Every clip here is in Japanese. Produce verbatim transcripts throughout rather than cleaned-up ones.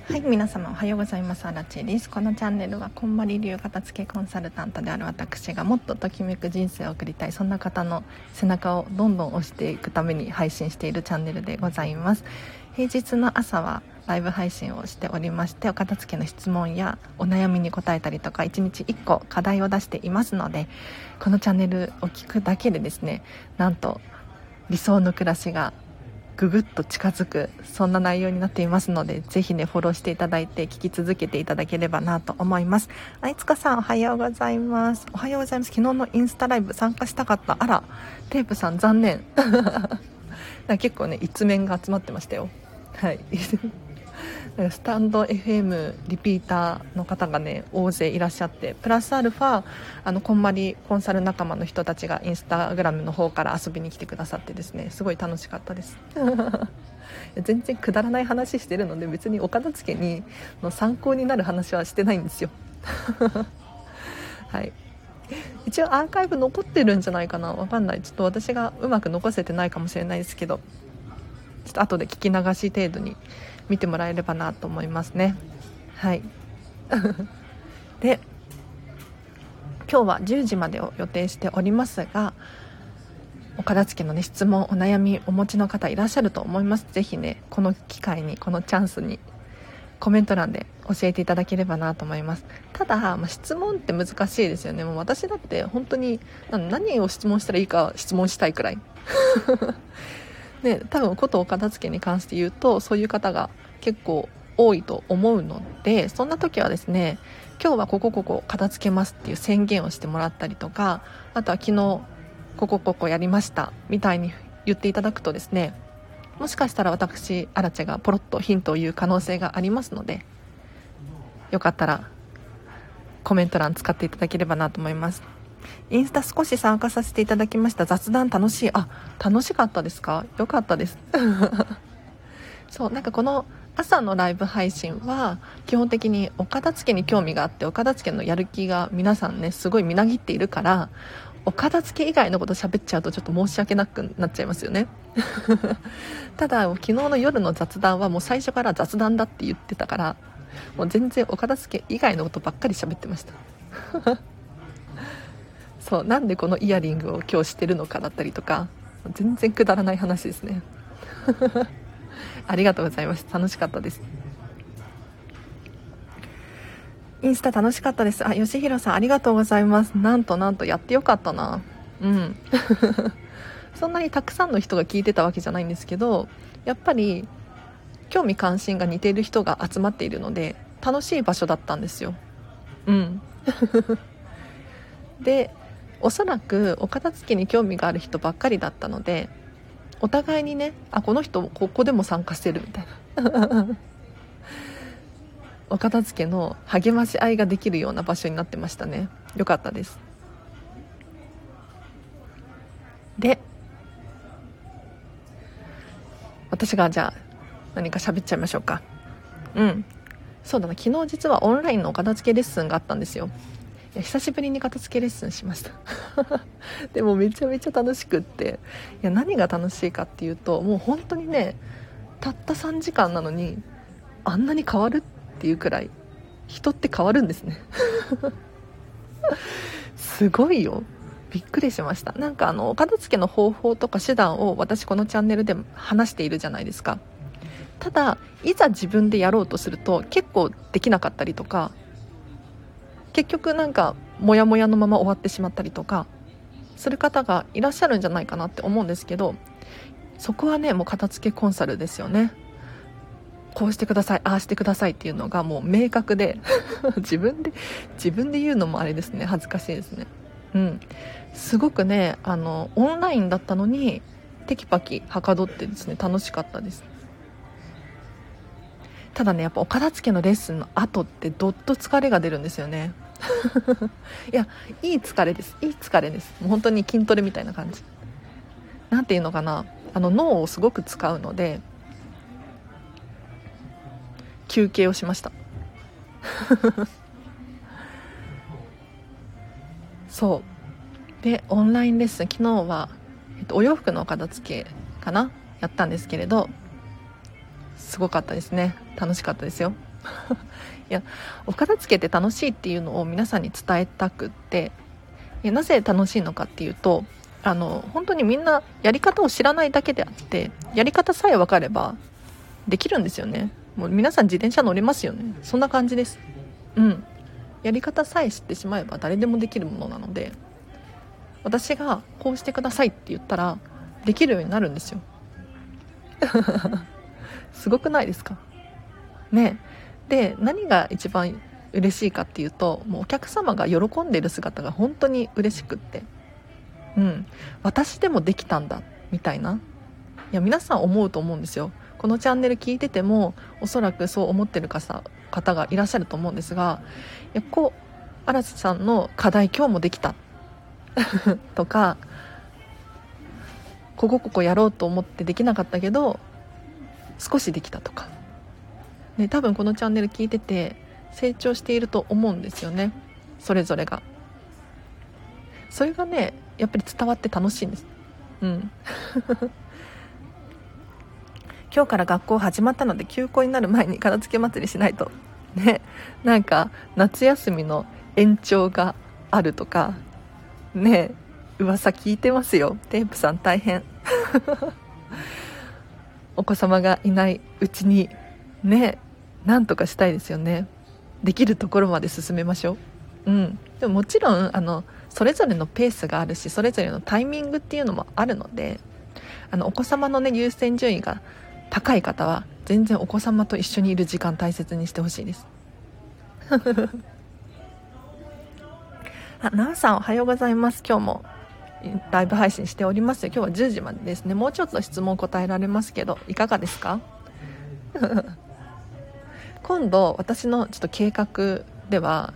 はい、皆様おはようございます。あらちです。このチャンネルはこんまり流片付けコンサルタントである私がもっとときめく人生を送りたい、そんな方の背中をどんどん押していくために配信しているチャンネルでございます。平日の朝はライブ配信をしておりまして、お片付けの質問やお悩みに答えたりとか、いちにちいっこ課題を出していますので、このチャンネルを聞くだけでですね、なんと理想の暮らしがぐぐっと近づく、そんな内容になっていますので、ぜひねフォローしていただいて聞き続けていただければなと思います。あいつかさん、おはようございます。おはようございます。昨日のインスタライブ参加したかった。あら、テープさん残念結構ね一面が集まってましたよ。はいスタンド エフエム リピーターの方がね大勢いらっしゃって、プラスアルファあのこんまりコンサル仲間の人たちがインスタグラムの方から遊びに来てくださってですね、すごい楽しかったです全然くだらない話してるので、別にお片付けにの参考になる話はしてないんですよはい、一応アーカイブ残ってるんじゃないかな、わかんない。ちょっと私がうまく残せてないかもしれないですけど、ちょっと後で聞き流し程度に見てもらえればなと思いますね。はいで、今日はじゅうじまでを予定しておりますが、お片付けの、ね、質問お悩みお持ちの方いらっしゃると思います。ぜひねこの機会に、このチャンスにコメント欄で教えていただければなと思います。ただ、まあ、質問って難しいですよね。もう私だって本当に何を質問したらいいか質問したいくらいね、多分ことお片付けに関して言うとそういう方が結構多いと思うので、そんな時はですね、今日はここここ片付けますっていう宣言をしてもらったりとか、あとは昨日ここここやりましたみたいに言っていただくとですね、もしかしたら私アラチェがポロッとヒントを言う可能性がありますので、よかったらコメント欄使っていただければなと思います。インスタ少し参加させていただきました。雑談楽しい。あ、楽しかったですか？よかったですそう、なんかこの朝のライブ配信は基本的にお片付けに興味があって、お片付けのやる気が皆さんねすごいみなぎっているから、お片付け以外のこと喋っちゃうとちょっと申し訳なくなっちゃいますよねただ昨日の夜の雑談はもう最初から雑談だって言ってたから、もう全然お片付け以外のことばっかり喋ってましたそう、なんでこのイヤリングを今日してるのかだったりとか、全然くだらない話ですねありがとうございます。楽しかったです。インスタ楽しかったです。あ、吉弘さんありがとうございます。なんとなんとやってよかったな。うんそんなにたくさんの人が聞いてたわけじゃないんですけど、やっぱり興味関心が似ている人が集まっているので楽しい場所だったんですよ。うんで、おそらくお片付けに興味がある人ばっかりだったので、お互いにね、あ、この人ここでも参加してるみたいなお片付けの励まし合いができるような場所になってましたね。よかったです。で、私がじゃあ何か喋っちゃいましょうか。うんそうだな、昨日実はオンラインのお片付けレッスンがあったんですよ。いや、久しぶりに片付けレッスンしましたでもめちゃめちゃ楽しくって、いや何が楽しいかっていうと、もう本当にね、たったさんじかんなのにあんなに変わるっていうくらい人って変わるんですねすごいよ、びっくりしました。なんかあのお片付けの方法とか手段を私このチャンネルで話しているじゃないですか。ただいざ自分でやろうとすると結構できなかったりとか、結局なんかモヤモヤのまま終わってしまったりとかする方がいらっしゃるんじゃないかなって思うんですけど、そこはねもう片付けコンサルですよね。こうしてください、ああしてくださいっていうのがもう明確で自分で自分で言うのもあれですね、恥ずかしいですね。うんすごくね、あのオンラインだったのにテキパキはかどってですね、楽しかったです。ただね、やっぱお片付けのレッスンの後ってどっと疲れが出るんですよねいや、いい疲れです、いい疲れです。もう本当に筋トレみたいな感じ。なんていうのかな、あの脳をすごく使うので休憩をしましたそうで、オンラインレッスン昨日は、えっと、お洋服のお片付けかなやったんですけれど、すごかったですね。楽しかったですよいや、お片付けて楽しいっていうのを皆さんに伝えたくって、いやなぜ楽しいのかっていうと、あの本当にみんなやり方を知らないだけであって、やり方さえ分かればできるんですよね。もう皆さん自転車乗れますよね。そんな感じです。うん、やり方さえ知ってしまえば誰でもできるものなので、私がこうしてくださいって言ったらできるようになるんですよ。すごくないですかね。で、何が一番嬉しいかっていうと、もうお客様が喜んでいる姿が本当に嬉しくって、うん、私でもできたんだみたいな、いや皆さん思うと思うんですよ。このチャンネル聞いててもおそらくそう思ってる方がいらっしゃると思うんですが、いやこう嵐さんの課題今日もできたとか、ここここやろうと思ってできなかったけど少しできたとか、ね、多分このチャンネル聞いてて成長していると思うんですよね、それぞれが。それがねやっぱり伝わって楽しいんです。うん今日から学校始まったので休校になる前に片付け祭りしないとね。なんか夏休みの延長があるとかね、噂聞いてますよ。テープさん大変お子様がいないうちにね、なんとかしたいですよね。できるところまで進めましょう。うん、でももちろんあのそれぞれのペースがあるし、それぞれのタイミングっていうのもあるので、あのお子様のね優先順位が高い方は全然お子様と一緒にいる時間大切にしてほしいですあ、なおさんおはようございます。今日もライブ配信しております。今日はじゅうじまでですね。もうちょっと質問答えられますけどいかがですか今度私のちょっと計画では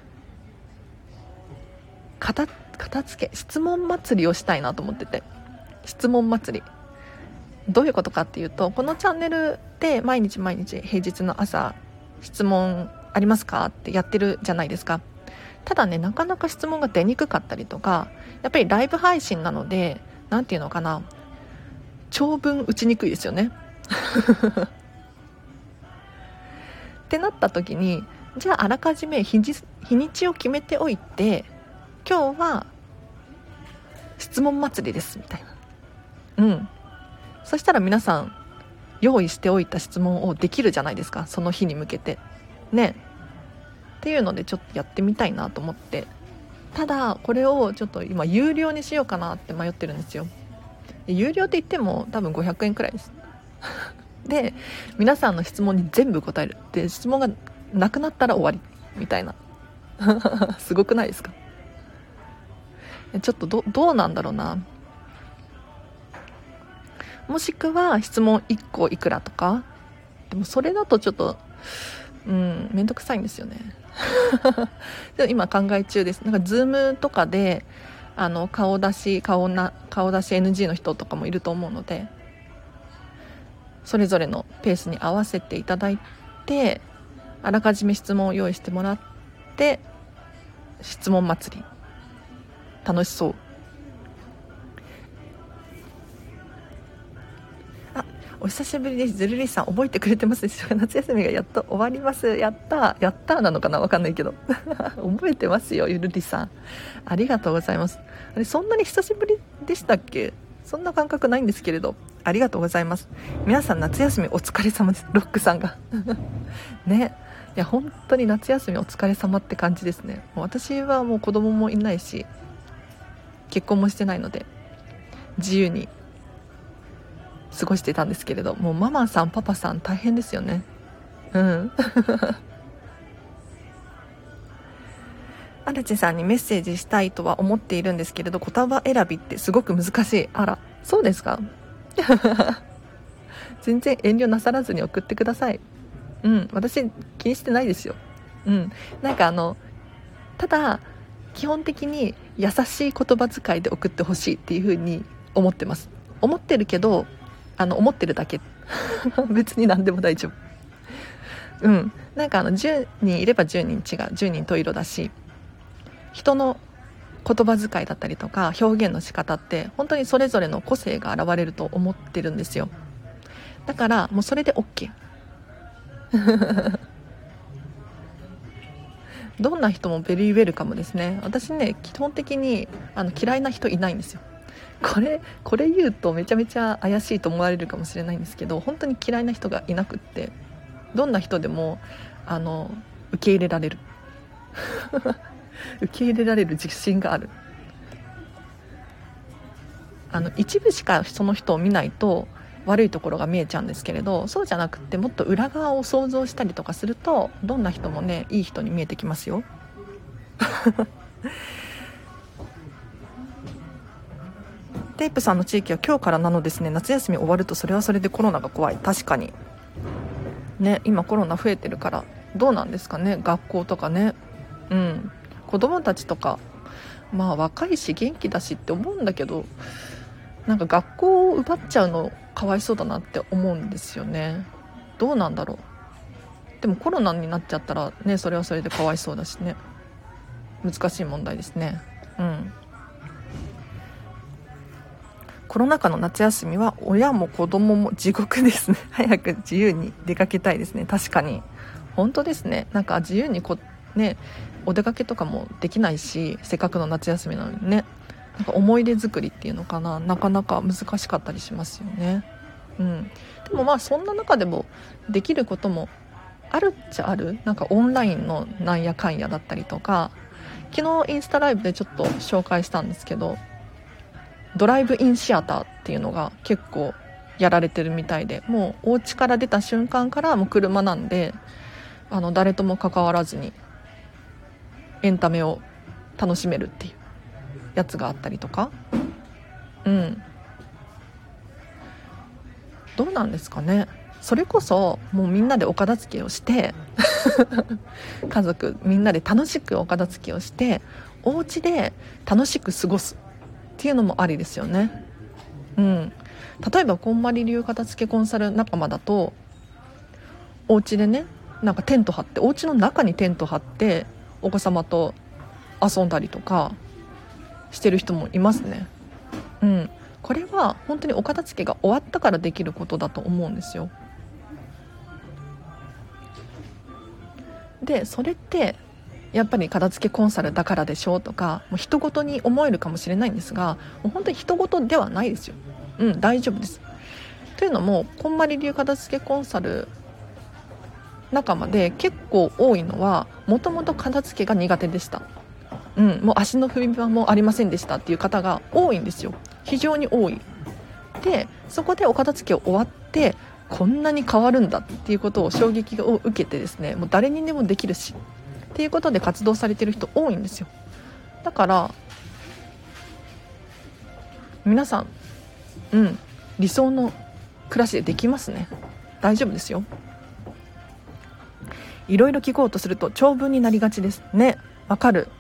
片片付け質問祭りをしたいなと思ってて、質問祭りどういうことかっていうと、このチャンネルで毎日毎日平日の朝質問ありますかってやってるじゃないですか。ただね、なかなか質問が出にくかったりとか、やっぱりライブ配信なのでなんていうのかな、長文打ちにくいですよねってなった時に、じゃああらかじめ日に、日にちを決めておいて、今日は質問祭りですみたいな、うん、そしたら皆さん用意しておいた質問をできるじゃないですか、その日に向けてね。っていうのでちょっとやってみたいなと思って、ただこれをちょっと今有料にしようかなって迷ってるんですよ。有料って言っても多分ごひゃくえんくらいですで、皆さんの質問に全部答える。で、質問がなくなったら終わりみたいなすごくないですか。ちょっと ど, どうなんだろうな。もしくは質問いっこいくらとか。でもそれだとちょっとうんめんどくさいんですよねでも今考え中です。なんかズームとかであの顔出し顔な顔出し エヌジー の人とかもいると思うので、それぞれのペースに合わせていただいて、あらかじめ質問を用意してもらって、質問祭り楽しそう。あ、お久しぶりです。ズルリさん覚えてくれてますでしょうか。夏休みがやっと終わります。やったやったなのかな、わかんないけど覚えてますよ、ゆるりさんありがとうございます。あれ、そんなに久しぶりでしたっけ。そんな感覚ないんですけれど、ありがとうございます。皆さん夏休みお疲れ様です。ロックさんがね、いや本当に夏休みお疲れ様って感じですね。もう私はもう子供もいないし結婚もしてないので自由に過ごしてたんですけれど、もうママさんパパさん大変ですよね。うん荒地さんにメッセージしたいとは思っているんですけれど、言葉選びってすごく難しい。あら、そうですか全然遠慮なさらずに送ってください。うん、私気にしてないですよ。うん、なんかあのただ基本的に優しい言葉遣いで送ってほしいっていう風に思ってます。思ってるけど、あの思ってるだけ別に何でも大丈夫。うん、なんかあのじゅうにんいればじゅうにん違う、じゅうにん十色だし、人の言葉遣いだったりとか表現の仕方って本当にそれぞれの個性が現れると思ってるんですよ。だからもうそれで OK どんな人もベリーウェルカムですね。私ね、基本的にあの嫌いな人いないんですよ。これこれ言うとめちゃめちゃ怪しいと思われるかもしれないんですけど、本当に嫌いな人がいなくって、どんな人でもあの受け入れられる受け入れられる自信がある。あの一部しかその人を見ないと悪いところが見えちゃうんですけれど、そうじゃなくってもっと裏側を想像したりとかすると、どんな人もね、いい人に見えてきますよテープさんの地域は今日からなのですね。夏休み終わるとそれはそれでコロナが怖い。確かにね、今コロナ増えてるからどうなんですかね、学校とかね。うん、子供たちとかまあ若いし元気だしって思うんだけど、なんか学校を奪っちゃうのかわいそうだなって思うんですよね。どうなんだろう。でもコロナになっちゃったらね、それはそれでかわいそうだしね。難しい問題ですね。うん。コロナ禍の夏休みは親も子供も地獄ですね早く自由に出かけたいですね。確かに本当ですね。なんか自由にこ、ね、お出かけとかもできないし、せっかくの夏休みなのにね、なんか思い出作りっていうのかな、なかなか難しかったりしますよね。うん、でもまあそんな中でもできることもあるっちゃある。なんかオンラインのなんやかんやだったりとか、昨日インスタライブでちょっと紹介したんですけど、ドライブインシアターっていうのが結構やられてるみたいで、もうお家から出た瞬間からもう車なんで、あの誰とも関わらずにエンタメを楽しめるっていうやつがあったりとか。うんどうなんですかね。それこそもうみんなでお片付けをして家族みんなで楽しくお片付けをしてお家で楽しく過ごすっていうのもありですよね。うん、例えばこんまり流片付けコンサル仲間だと、お家でね、なんかテント張って、お家の中にテント張ってお子様と遊んだりとかしてる人もいますね。うん、これは本当にお片付けが終わったからできることだと思うんですよ。でそれってやっぱり片付けコンサルだからでしょうとか、もう人事に思えるかもしれないんですが、もう本当に人事ではないですよ。うん大丈夫です。というのも、こんまり流片付けコンサル仲間で結構多いのは、もともと片付けが苦手でした、うん、もう足の踏み場もありませんでしたっていう方が多いんですよ。非常に多い。でそこでお片付けを終わって、こんなに変わるんだっていうことを衝撃を受けてですね、もう誰にでもできるしっていうことで活動されてる人多いんですよ。だから皆さん、うん、理想の暮らしでできますね。大丈夫ですよ。いろいろ聞こうとすると長文になりがちですね。わかる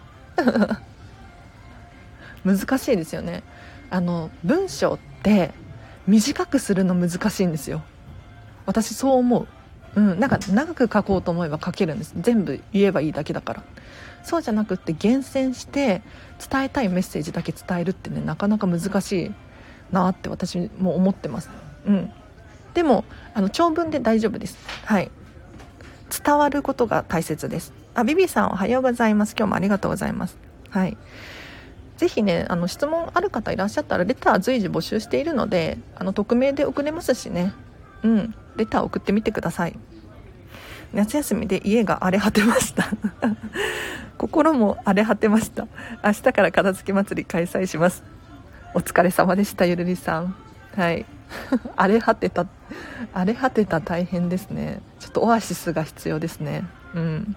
難しいですよね。あの文章って短くするの難しいんですよ。私そう思う。うん、なんか長く書こうと思えば書けるんです。全部言えばいいだけだから。そうじゃなくって厳選して伝えたいメッセージだけ伝えるってね、なかなか難しいなって私も思ってます。うん。でもあの長文で大丈夫です。はい。伝わることが大切です。あ、ビビさんおはようございます。今日もありがとうございます。はい。ぜひね、あの質問ある方いらっしゃったらレター随時募集しているので、あの匿名で送れますしね。うん、レター送ってみてください。夏休みで家が荒れ果てました心も荒れ果てました。明日から片付け祭り開催します。お疲れ様でした、ゆるりさん。はい荒れ果てた荒れ果てた大変ですね。ちょっとオアシスが必要ですね。うん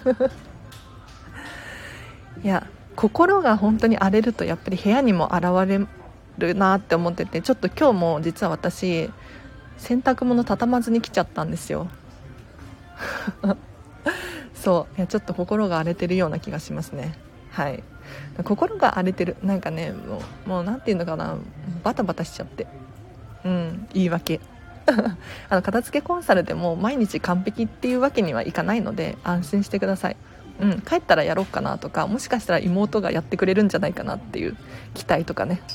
いや心が本当に荒れるとやっぱり部屋にも現れるなって思ってて、ちょっと今日も実は私洗濯物畳まずに来ちゃったんですよそういやちょっと心が荒れてるような気がしますね。はい、心が荒れてる、なんかね、もう、もうなんていうのかな、バタバタしちゃって、うん言い訳あの片付けコンサルでも毎日完璧っていうわけにはいかないので安心してください。うん、帰ったらやろうかなとか、もしかしたら妹がやってくれるんじゃないかなっていう期待とかね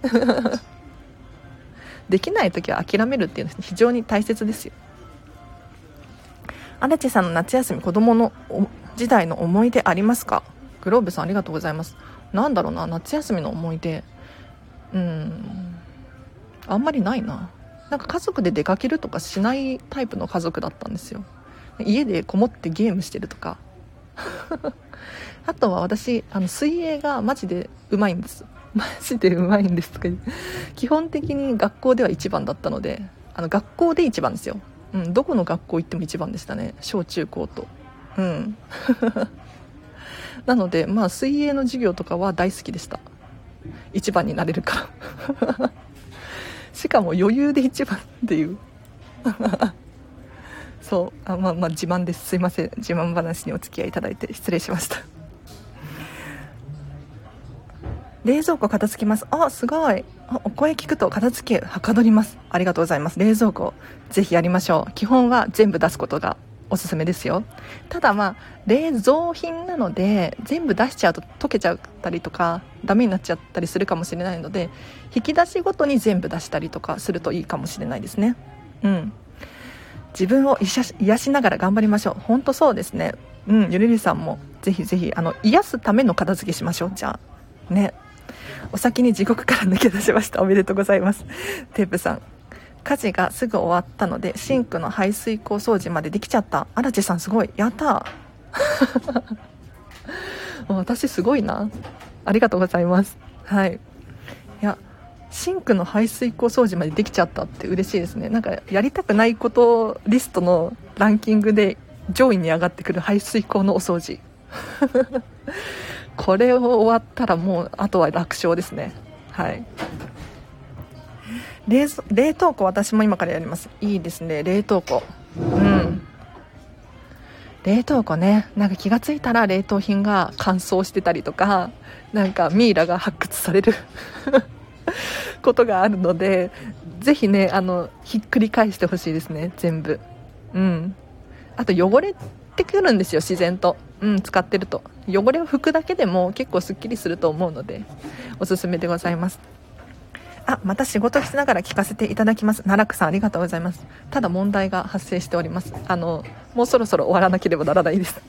できない時は諦めるっていうのは非常に大切ですよ。足立さんの夏休み子供の時代の思い出ありますか？グローブさんありがとうございます。なんだろうな、夏休みの思い出、うーんあんまりないな。なんか家族で出かけるとかしないタイプの家族だったんですよ。家でこもってゲームしてるとかあとは私あの水泳がマジでうまいんですマジでうまいんですとか基本的に学校では一番だったので、あの学校で一番ですよ、うん、どこの学校行っても一番でしたね、小中高と。うんなのでまあ水泳の授業とかは大好きでした。一番になれるからしかも余裕で一番っていうそうあ、まあ、まあ自慢です。すいません、自慢話にお付き合いいただいて失礼しました。冷蔵庫片付きます。あ、すごい。あ、お声聞くと片付けはかどります。ありがとうございます。冷蔵庫ぜひやりましょう。基本は全部出すことがおすすめですよ。ただまあ冷蔵品なので全部出しちゃうと溶けちゃったりとかダメになっちゃったりするかもしれないので、引き出しごとに全部出したりとかするといいかもしれないですね。うん、自分を癒しながら頑張りましょう。本当そうですね。うん、ゆりりさんもぜひぜひあの癒すための片付けしましょう。じゃあね、お先に地獄から抜け出しました。おめでとうございます。テープさん、家事がすぐ終わったのでシンクの排水口掃除までできちゃった。荒地さんすごい、やった私すごいな、ありがとうございます。はい、いやシンクの排水口掃除までできちゃったって嬉しいですね。なんかやりたくないことリストのランキングで上位に上がってくる排水口のお掃除これを終わったらもうあとは楽勝ですね。はい、冷冷凍庫私も今からやります。いいですね、冷凍庫。うん冷凍庫ね、なんか気がついたら冷凍品が乾燥してたりとか、なんかミイラが発掘されることがあるので、ぜひねあのひっくり返してほしいですね、全部。うんあと汚れてくるんですよ、自然と。うん使ってると汚れを拭くだけでも結構すっきりすると思うのでおすすめでございます。あ、また仕事しながら聞かせていただきます。奈落さんありがとうございます。ただ問題が発生しております。あのもうそろそろ終わらなければならないです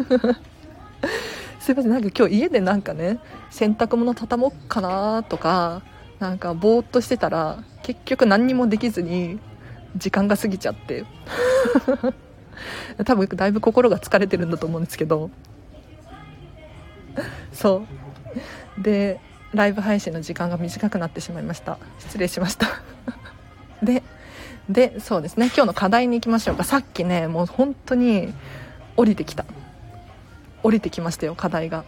すいません、なんか今日家でなんかね洗濯物畳もうかなとかなんかぼーっとしてたら結局何にもできずに時間が過ぎちゃって多分だいぶ心が疲れてるんだと思うんですけどそうでライブ配信の時間が短くなってしまいました。失礼しましたででそうですね、今日の課題に行きましょうか。さっきねもう本当に降りてきた降りてきましたよ、課題が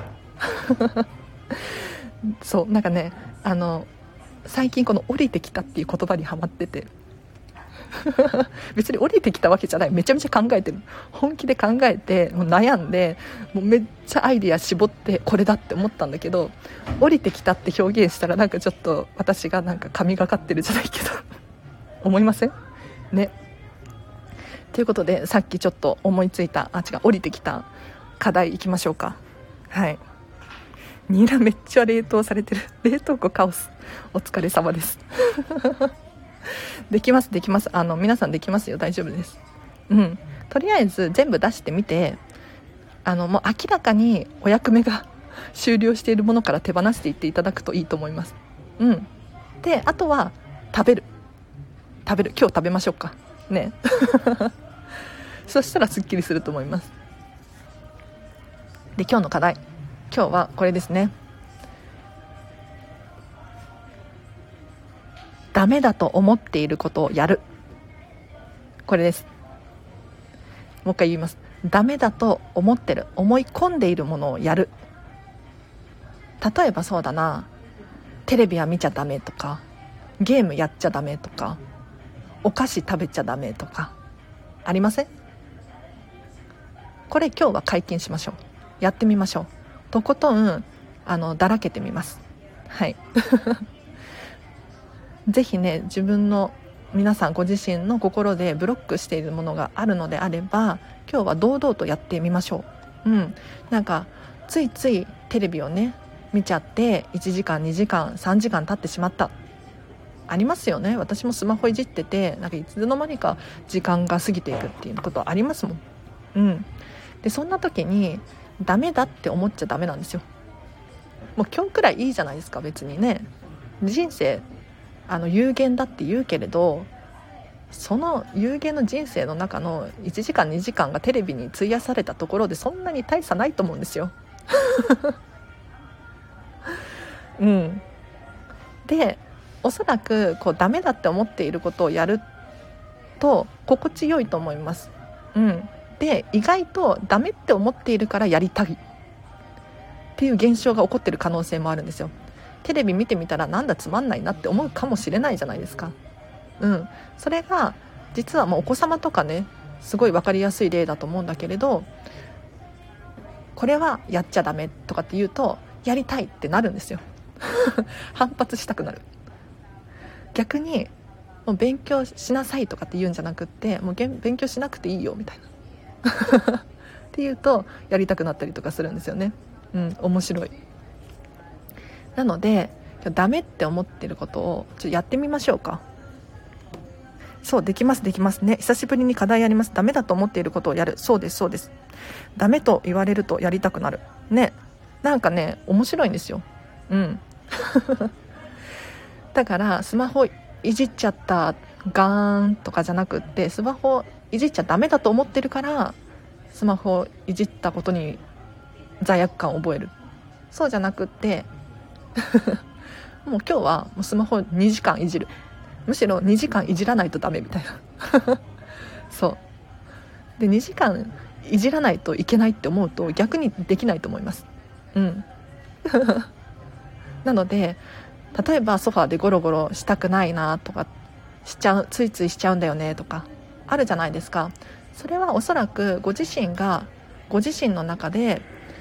そうなんかねあの最近この降りてきたっていう言葉にハマってて別に降りてきたわけじゃない、めちゃめちゃ考えてる、本気で考えてもう悩んでもうめっちゃアイディア絞ってこれだって思ったんだけど、降りてきたって表現したらなんかちょっと私がなんか神がかってるじゃないけど思いませんね。ということでさっきちょっと思いついたあ違う降りてきた課題いきましょうか。はい、ニラめっちゃ冷凍されてる、冷凍庫カオス、お疲れ様ですできますできます、あの皆さんできますよ、大丈夫です。うんとりあえず全部出してみて、あのもう明らかにお役目が終了しているものから手放していっていただくといいと思います。うんであとは食べる食べる今日食べましょうかねそしたらすっきりすると思います。で今日の課題、今日はこれですね。ダメだと思っていることをやる、これです。もう一回言います。ダメだと思ってる、思い込んでいるものをやる。例えばそうだな、テレビは見ちゃダメとか、ゲームやっちゃダメとか、お菓子食べちゃダメとかありません？これ今日は解禁しましょう。やってみましょう。とことんあのだらけてみます。はいぜひね自分の皆さんご自身の心でブロックしているものがあるのであれば今日は堂々とやってみましょう。うんなんかついついテレビをね見ちゃっていちじかんにじかんさんじかん経ってしまった、ありますよね。私もスマホいじっててなんかいつの間にか時間が過ぎていくっていうことありますもん。うんでそんな時にダメだって思っちゃダメなんですよ。もう今日くらいいいじゃないですか、別にね。人生あの有限だって言うけれど、その有限の人生の中のいちじかんにじかんがテレビに費やされたところでそんなに大差ないと思うんですようんでおそらくこうダメだって思っていることをやると心地よいと思います。うんで意外とダメって思っているからやりたいっていう現象が起こってる可能性もあるんですよ。テレビ見てみたらなんだつまんないなって思うかもしれないじゃないですか。うん、それが実はもうお子様とかねすごい分かりやすい例だと思うんだけれど、これはやっちゃダメとかって言うとやりたいってなるんですよ反発したくなる。逆にもう勉強しなさいとかって言うんじゃなくって、もう勉強しなくていいよみたいなって言うとやりたくなったりとかするんですよね。うん面白い。なのでダメって思ってることをちょっとやってみましょうか。そうできますできますね。久しぶりに課題やります。ダメだと思っていることをやる。そうですそうです。ダメと言われるとやりたくなるね。なんかね面白いんですよ。うんだからスマホいじっちゃったガーンとかじゃなくって、スマホいじっちゃダメだと思ってるからスマホいじったことに罪悪感を覚える。そうじゃなくってもう今日はもうスマホにじかんいじる。むしろにじかんいじらないとダメみたいなそうでにじかんいじらないといけないって思うと逆にできないと思います。うんなので例えばソファーでゴロゴロしたくないなとかしちゃう、ついついしちゃうんだよねとかあるじゃないですか。それはおそらくご自身がご自身の中で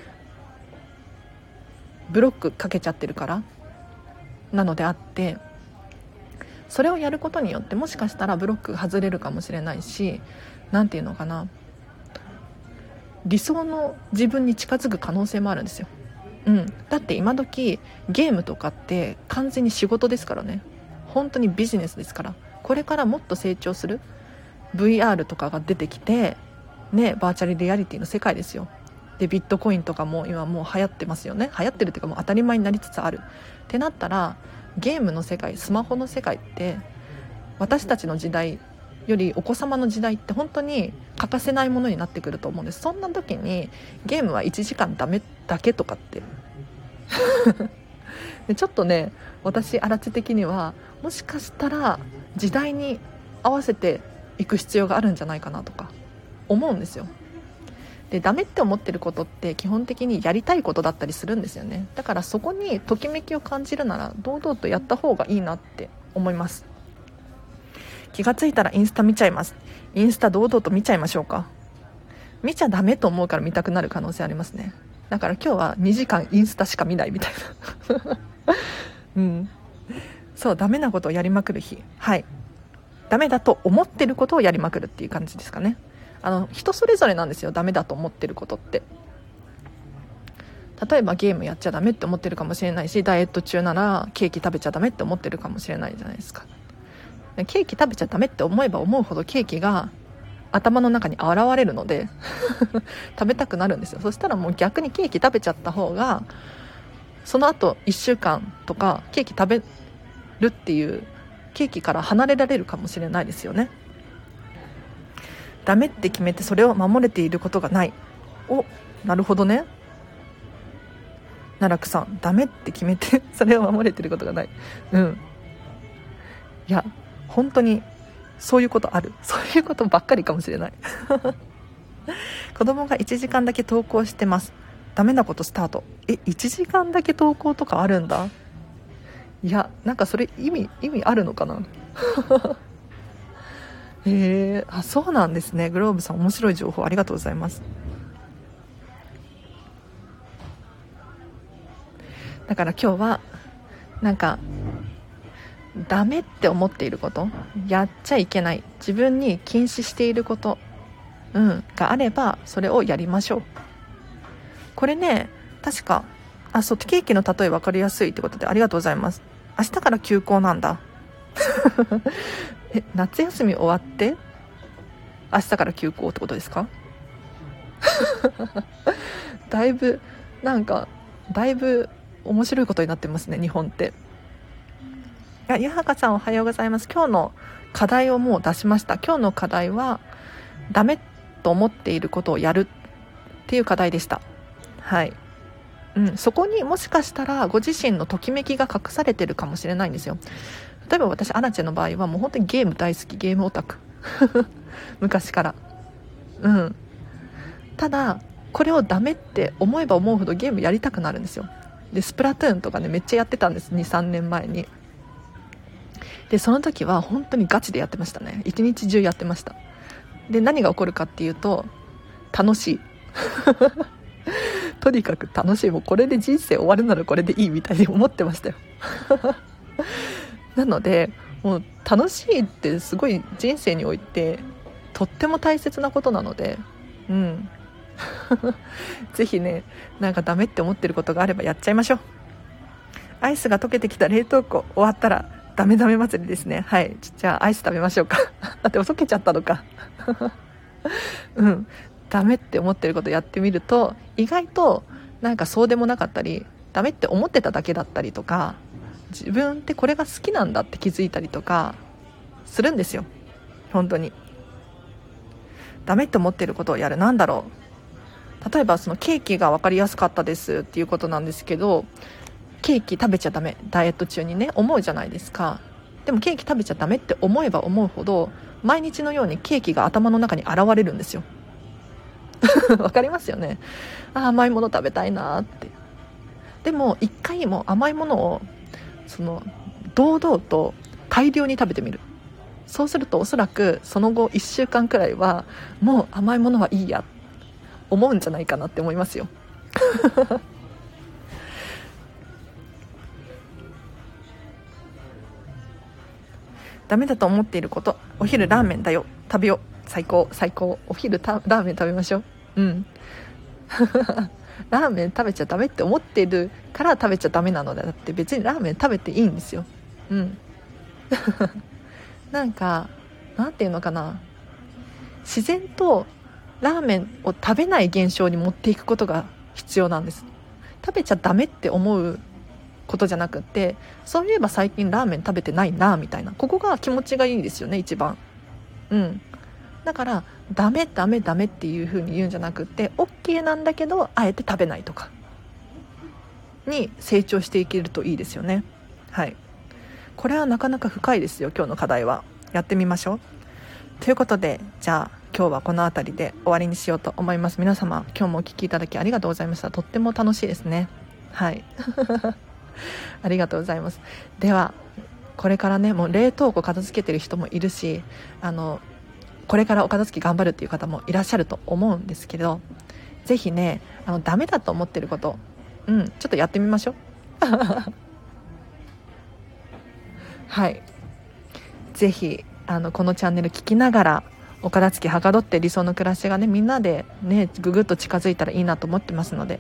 ブロックかけちゃってるからなのであって、それをやることによってもしかしたらブロック外れるかもしれないし、なんていうのかな、理想の自分に近づく可能性もあるんですよ。うん、だって今時ゲームとかって完全に仕事ですからね。本当にビジネスですから。これからもっと成長する ブイアール とかが出てきてね、バーチャルリアリティの世界ですよ。でビットコインとかも今もう流行ってますよね。流行ってるっていうかもう当たり前になりつつあるってなったら、ゲームの世界、スマホの世界って私たちの時代よりお子様の時代って本当に欠かせないものになってくると思うんです。そんな時にゲームはいちじかんダメだけとかってでちょっとね私荒地的にはもしかしたら時代に合わせていく必要があるんじゃないかなとか思うんですよ。でダメって思ってることって基本的にやりたいことだったりするんですよね。だからそこにときめきを感じるなら堂々とやった方がいいなって思います。気がついたらインスタ見ちゃいます。インスタ堂々と見ちゃいましょうか。見ちゃダメと思うから見たくなる可能性ありますね。だから今日はにじかんインスタしか見ないみたいなうんそうダメなことをやりまくる日、はいダメだと思ってることをやりまくるっていう感じですかね。あの人それぞれなんですよ、ダメだと思ってることって。例えばゲームやっちゃダメって思ってるかもしれないし、ダイエット中ならケーキ食べちゃダメって思ってるかもしれないじゃないですか。ケーキ食べちゃダメって思えば思うほどケーキが頭の中に現れるので食べたくなるんですよ。そしたらもう逆にケーキ食べちゃった方がその後いっしゅうかんとかケーキ食べるっていうケーキから離れられるかもしれないですよね。ダメって決めてそれを守れていることがない。お、なるほどね。奈落さん、ダメって決めてそれを守れていることがない。うんいや本当にそういうことある。そういうことばっかりかもしれない子供がいちじかんだけ登校してます。ダメなことスタート。えいちじかんだけ登校とかあるんだ。いやなんかそれ意味意味あるのかなへえ、あそうなんですね。グローブさん面白い情報ありがとうございます。だから今日はなんかダメって思っていること、やっちゃいけない、自分に禁止していること、うん、があればそれをやりましょう。これね確かあそうケーキの例え分かりやすいってことでありがとうございます。明日から休校なんだえ夏休み終わって明日から休校ってことですかだいぶなんかだいぶ面白いことになってますね、日本って。あ、ゆはかさんおはようございます。今日の課題をもう出しました。今日の課題はダメと思っていることをやるっていう課題でした。はい、うん、そこにもしかしたらご自身のときめきが隠されてるかもしれないんですよ。例えば私アナチェの場合はもう本当にゲーム大好き、ゲームオタク昔から。うん。ただこれをダメって思えば思うほどゲームやりたくなるんですよ。でスプラトゥーンとかねめっちゃやってたんです、にさんねんまえに。でその時は本当にガチでやってましたね。一日中やってました。で何が起こるかっていうと楽しいとにかく楽しい。もうこれで人生終わるならこれでいいみたいに思ってましたよなのでもう楽しいってすごい人生においてとっても大切なことなので、うんぜひね、なんかダメって思ってることがあればやっちゃいましょう。アイスが溶けてきた冷凍庫終わったらダメダメ祭りですね。はい、じゃあアイス食べましょうかだって溶けちゃったのかうん、ダメって思ってることやってみると意外となんかそうでもなかったり、ダメって思ってただけだったりとか、自分ってこれが好きなんだって気づいたりとかするんですよ。本当にダメって思ってることをやる。なんだろう、例えばそのケーキが分かりやすかったですっていうことなんですけど、ケーキ食べちゃダメ、ダイエット中にね思うじゃないですか。でもケーキ食べちゃダメって思えば思うほど毎日のようにケーキが頭の中に現れるんですよわかりますよね。あ、甘いもの食べたいなって。でも一回も甘いものをその堂々と大量に食べてみる。そうするとおそらくその後いっしゅうかんくらいはもう甘いものはいいや思うんじゃないかなって思いますよダメだと思っていること、お昼ラーメンだよ、食べよう、最高最高、お昼たラーメン食べましょう。うんラーメン食べちゃダメって思っているから食べちゃダメなので、だって別にラーメン食べていいんですよ。うんなんかなんていうのかな、自然とラーメンを食べない現象に持っていくことが必要なんです。食べちゃダメって思うことじゃなくて、そういえば最近ラーメン食べてないなみたいな、ここが気持ちがいいですよね、一番。うんだからダメダメダメっていう風に言うんじゃなくて OK なんだけどあえて食べないとかに成長していけるといいですよね。はい、これはなかなか深いですよ。今日の課題はやってみましょう。ということで、じゃあ今日はこの辺りで終わりにしようと思います。皆様今日もお聞きいただきありがとうございました。とっても楽しいですね。はいありがとうございます。ではこれからね、もう冷凍庫片付けてる人もいるし、あのこれからお片付け頑張るっていう方もいらっしゃると思うんですけど、ぜひね、あのダメだと思ってること、うん、ちょっとやってみましょうはい、ぜひあのこのチャンネル聞きながらお片付けはかどって理想の暮らしがね、みんなでねぐぐっと近づいたらいいなと思ってますので、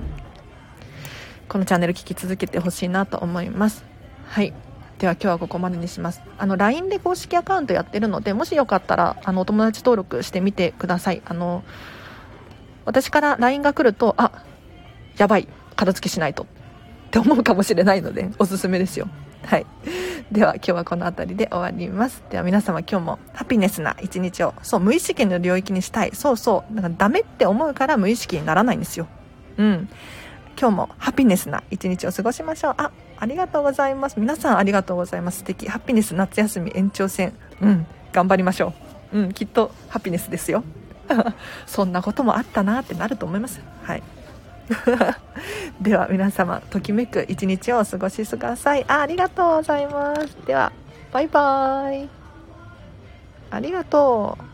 このチャンネル聞き続けてほしいなと思います。はい、では今日はここまでにします。あの ライン で公式アカウントやってるので、もしよかったらあのお友達登録してみてください。あの私から ライン が来ると、あ、やばい、片付けしないとって思うかもしれないのでおすすめですよ。はい、では今日はこの辺りで終わります。では皆様今日もハピネスな一日を、そう無意識の領域にしたい。そうそうだからダメって思うから無意識にならないんですよ。うん今日もハピネスな一日を過ごしましょう。あ、ありがとうございます。皆さんありがとうございます。素敵。ハピネス夏休み延長戦、うん頑張りましょう。うんきっとハピネスですよそんなこともあったなってなると思います。はいでは皆様ときめく一日をお過ごしください。 あ, ありがとうございます。ではバイバイ。ありがとう。